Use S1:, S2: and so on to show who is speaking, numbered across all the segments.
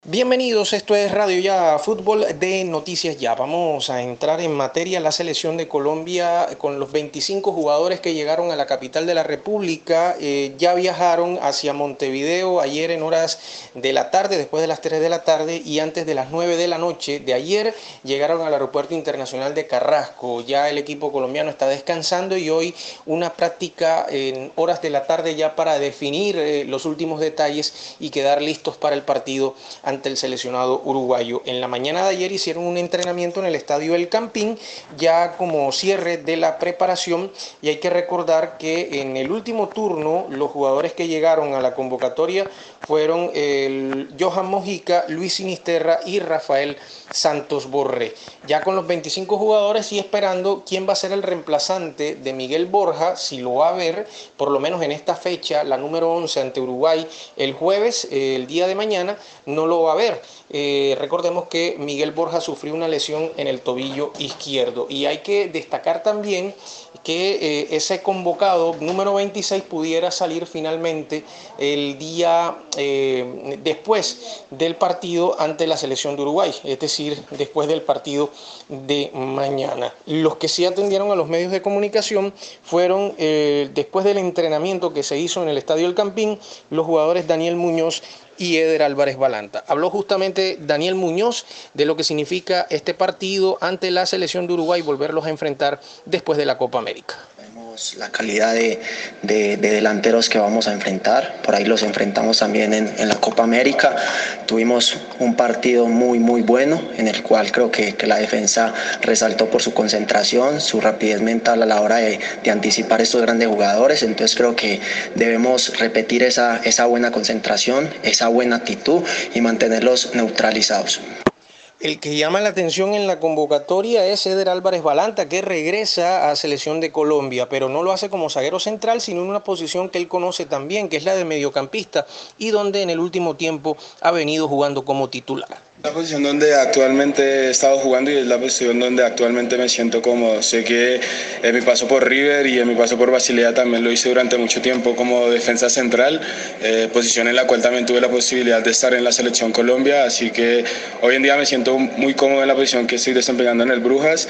S1: Bienvenidos, esto es Radio Ya, fútbol de Noticias Ya. Vamos a entrar en materia. La selección de Colombia con los 25 jugadores que llegaron a la capital de la República ya viajaron hacia Montevideo ayer en horas de la tarde, después de las 3 de la tarde y antes de las 9 de la noche de ayer llegaron al Aeropuerto Internacional de Carrasco. Ya el equipo colombiano está descansando y hoy una práctica en horas de la tarde ya para definir los últimos detalles y quedar listos para el partido ante el seleccionado uruguayo. En la mañana de ayer hicieron un entrenamiento en el estadio El Campín, ya como cierre de la preparación, y hay que recordar que en el último turno los jugadores que llegaron a la convocatoria fueron Johan Mojica, Luis Sinisterra y Rafael Santos Borré. Ya con los 25 jugadores y esperando quién va a ser el reemplazante de Miguel Borja, si lo va a haber, por lo menos en esta fecha, la número 11 ante Uruguay, el jueves, el día de mañana, no lo va a haber. Recordemos que Miguel Borja sufrió una lesión en el tobillo izquierdo y hay que destacar también que ese convocado número 26 pudiera salir finalmente el día después del partido ante la selección de Uruguay, es decir, después del partido de mañana. Los que sí atendieron a los medios de comunicación fueron, después del entrenamiento que se hizo en el Estadio El Campín, los jugadores Daniel Muñoz y Eder Álvarez Balanta. Habló justamente Daniel Muñoz de lo que significa este partido ante la selección de Uruguay, volverlos a enfrentar después de la Copa América.
S2: La calidad de delanteros que vamos a enfrentar, por ahí los enfrentamos también en la Copa América. Tuvimos un partido muy bueno en el cual creo que la defensa resaltó por su concentración, su rapidez mental a la hora de anticipar estos grandes jugadores. Entonces creo que debemos repetir esa buena concentración, esa buena actitud y mantenerlos neutralizados.
S1: El que llama la atención en la convocatoria es Eder Álvarez Balanta, que regresa a Selección de Colombia, pero no lo hace como zaguero central, sino en una posición que él conoce también, que es la de mediocampista, y donde en el último tiempo ha venido jugando como titular.
S3: La posición donde actualmente he estado jugando y es la posición donde actualmente me siento cómodo. Sé que en mi paso por River y en mi paso por Basilea también lo hice durante mucho tiempo como defensa central, posición en la cual también tuve la posibilidad de estar en la selección Colombia, así que hoy en día me siento muy cómodo en la posición que estoy desempeñando en el Brujas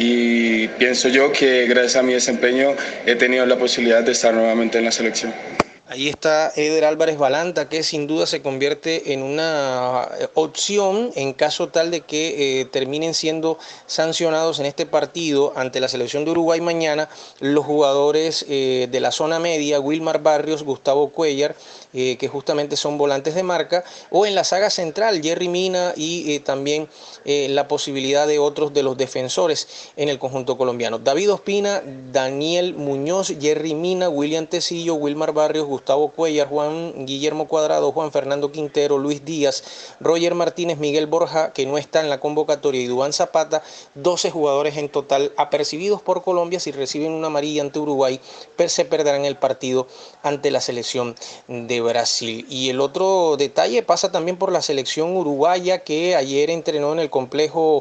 S3: y pienso yo que gracias a mi desempeño he tenido la posibilidad de estar nuevamente en la selección.
S1: Ahí está Eder Álvarez Balanta, que sin duda se convierte en una opción en caso tal de que terminen siendo sancionados en este partido ante la selección de Uruguay mañana los jugadores de la zona media, Wilmar Barrios, Gustavo Cuellar, que justamente son volantes de marca, o en la saga central, Jerry Mina y también la posibilidad de otros de los defensores en el conjunto colombiano. David Ospina, Daniel Muñoz, Jerry Mina, William Tecillo, Wilmar Barrios, Gustavo Cuellar, Juan Guillermo Cuadrado, Juan Fernando Quintero, Luis Díaz, Roger Martínez, Miguel Borja, que no está en la convocatoria, y Duván Zapata, 12 jugadores en total apercibidos por Colombia. Si reciben una amarilla ante Uruguay, se perderán el partido ante la selección de Brasil. Y el otro detalle pasa también por la selección uruguaya, que ayer entrenó en el complejo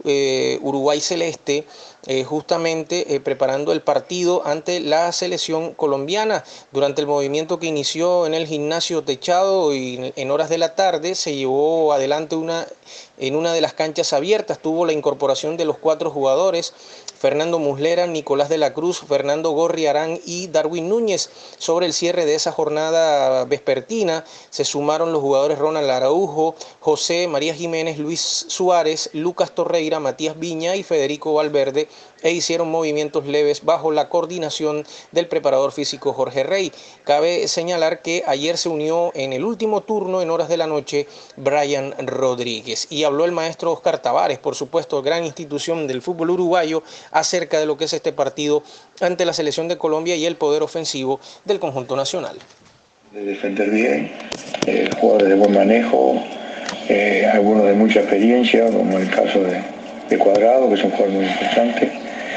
S1: Uruguay Celeste, justamente preparando el partido ante la selección colombiana. Durante el movimiento que inició en el gimnasio techado y en horas de la tarde, se llevó adelante en una de las canchas abiertas. Tuvo la incorporación de los 4 jugadores: Fernando Muslera, Nicolás de la Cruz, Fernando Gorriarán y Darwin Núñez. Sobre el cierre de esa jornada vespertina se sumaron los jugadores Ronald Araujo, José María Jiménez, Luis Suárez, Lucas Torreira, Matías Viña y Federico Valverde, e hicieron movimientos leves bajo la coordinación del preparador físico Jorge Rey. Cabe señalar que ayer se unió en el último turno, en horas de la noche, Brian Rodríguez. Y habló el maestro Oscar Tavares, por supuesto, gran institución del fútbol uruguayo, acerca de lo que es este partido ante la selección de Colombia y el poder ofensivo del conjunto nacional.
S4: De defender bien, jugadores de buen manejo, algunos de mucha experiencia, como el caso de Cuadrado, que es un jugador muy importante.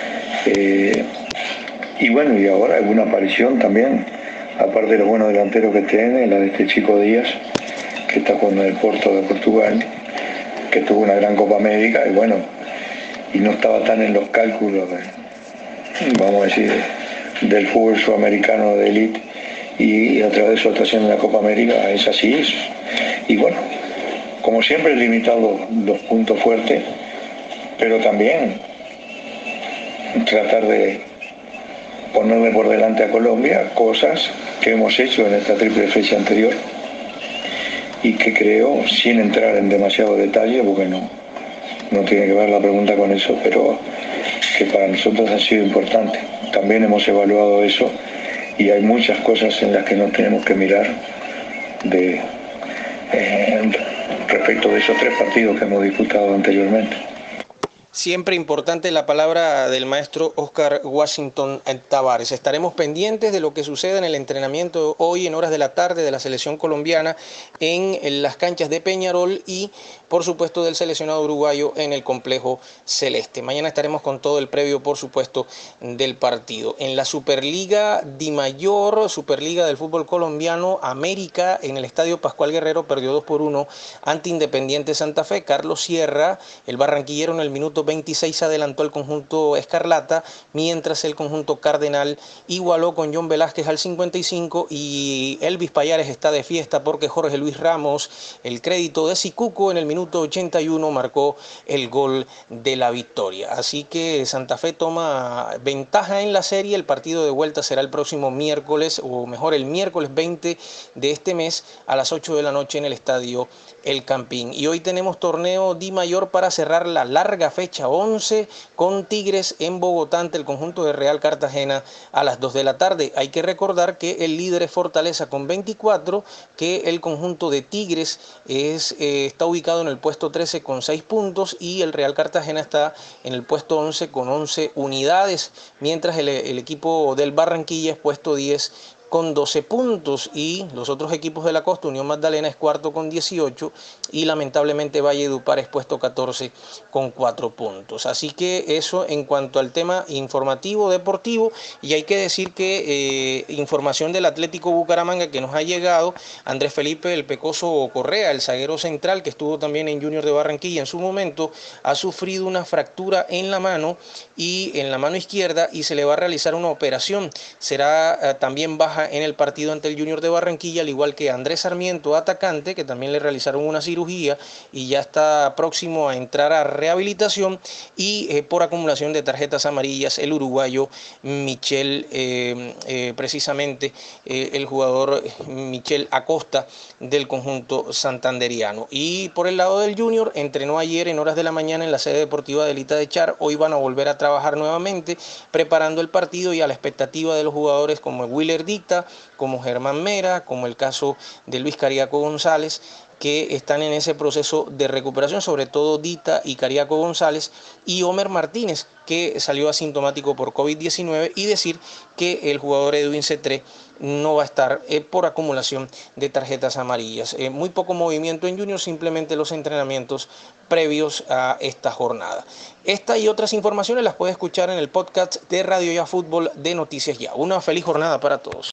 S4: Y bueno, y ahora alguna aparición también, aparte de los buenos delanteros que tiene, la de este chico Díaz, que está jugando en el Porto de Portugal, que tuvo una gran Copa América, y bueno, y no estaba tan en los cálculos, vamos a decir, del fútbol sudamericano de élite, y a través de su actuación en la Copa América es así. Y bueno, como siempre, limitar los puntos fuertes, pero también tratar de ponerle por delante a Colombia cosas que hemos hecho en esta triple fecha anterior y que creo, sin entrar en demasiado detalle, porque no tiene que ver la pregunta con eso, pero que para nosotros ha sido importante. También hemos evaluado eso y hay muchas cosas en las que nos tenemos que mirar respecto de esos 3 partidos que hemos disputado anteriormente.
S1: Siempre importante la palabra del maestro Oscar Washington Tabárez. Estaremos pendientes de lo que suceda en el entrenamiento hoy en horas de la tarde de la selección colombiana en las canchas de Peñarol y por supuesto del seleccionado uruguayo en el complejo celeste. Mañana estaremos con todo el previo, por supuesto, del partido. En la Superliga Dimayor, Superliga del fútbol colombiano, América en el Estadio Pascual Guerrero perdió 2-1 ante Independiente Santa Fe. Carlos Sierra, el barranquillero, en el minuto 26 adelantó al conjunto Escarlata, mientras el conjunto Cardenal igualó con John Velázquez al 55 y Elvis Payares está de fiesta porque Jorge Luis Ramos, el crédito de Sicuco, en el minuto 81 marcó el gol de la victoria. Así que Santa Fe toma ventaja en la serie. El partido de vuelta será el próximo miércoles, o mejor el miércoles 20 de este mes a las 8 de la noche en el estadio El Campín. Y hoy tenemos torneo Dimayor para cerrar la larga fecha 11 con Tigres en Bogotá ante el conjunto de Real Cartagena a las 2 de la tarde. Hay que recordar que el líder es Fortaleza con 24, que el conjunto de Tigres está ubicado en el puesto 13 con 6 puntos y el Real Cartagena está en el puesto 11 con 11 unidades, mientras el equipo del Barranquilla es puesto 10 con 12 puntos y los otros equipos de la costa. Unión Magdalena es cuarto con 18 y lamentablemente Valledupar es puesto 14 con 4 puntos. Así que eso en cuanto al tema informativo deportivo. Y hay que decir que información del Atlético Bucaramanga que nos ha llegado: Andrés Felipe el Pecoso Correa, el zaguero central que estuvo también en Junior de Barranquilla en su momento, ha sufrido una fractura en la mano izquierda y se le va a realizar una operación. Será también baja en el partido ante el Junior de Barranquilla, al igual que Andrés Sarmiento, atacante, que también le realizaron una cirugía y ya está próximo a entrar a rehabilitación, y por acumulación de tarjetas amarillas el uruguayo Michel, precisamente el jugador Michel Acosta del conjunto santanderiano. Y por el lado del Junior, entrenó ayer en horas de la mañana en la sede deportiva de Elita de Char. Hoy van a volver a trabajar nuevamente preparando el partido y a la expectativa de los jugadores como Willer Dicta, como Germán Mera, como el caso de Luis Cariaco González, que están en ese proceso de recuperación, sobre todo Dita y Cariaco González, y Homer Martínez, que salió asintomático por COVID-19, y decir que el jugador Edwin Cetré no va a estar por acumulación de tarjetas amarillas. Muy poco movimiento en Junior, simplemente los entrenamientos previos a esta jornada. Esta y otras informaciones las puede escuchar en el podcast de Radio Ya Fútbol de Noticias Ya. Una feliz jornada para todos.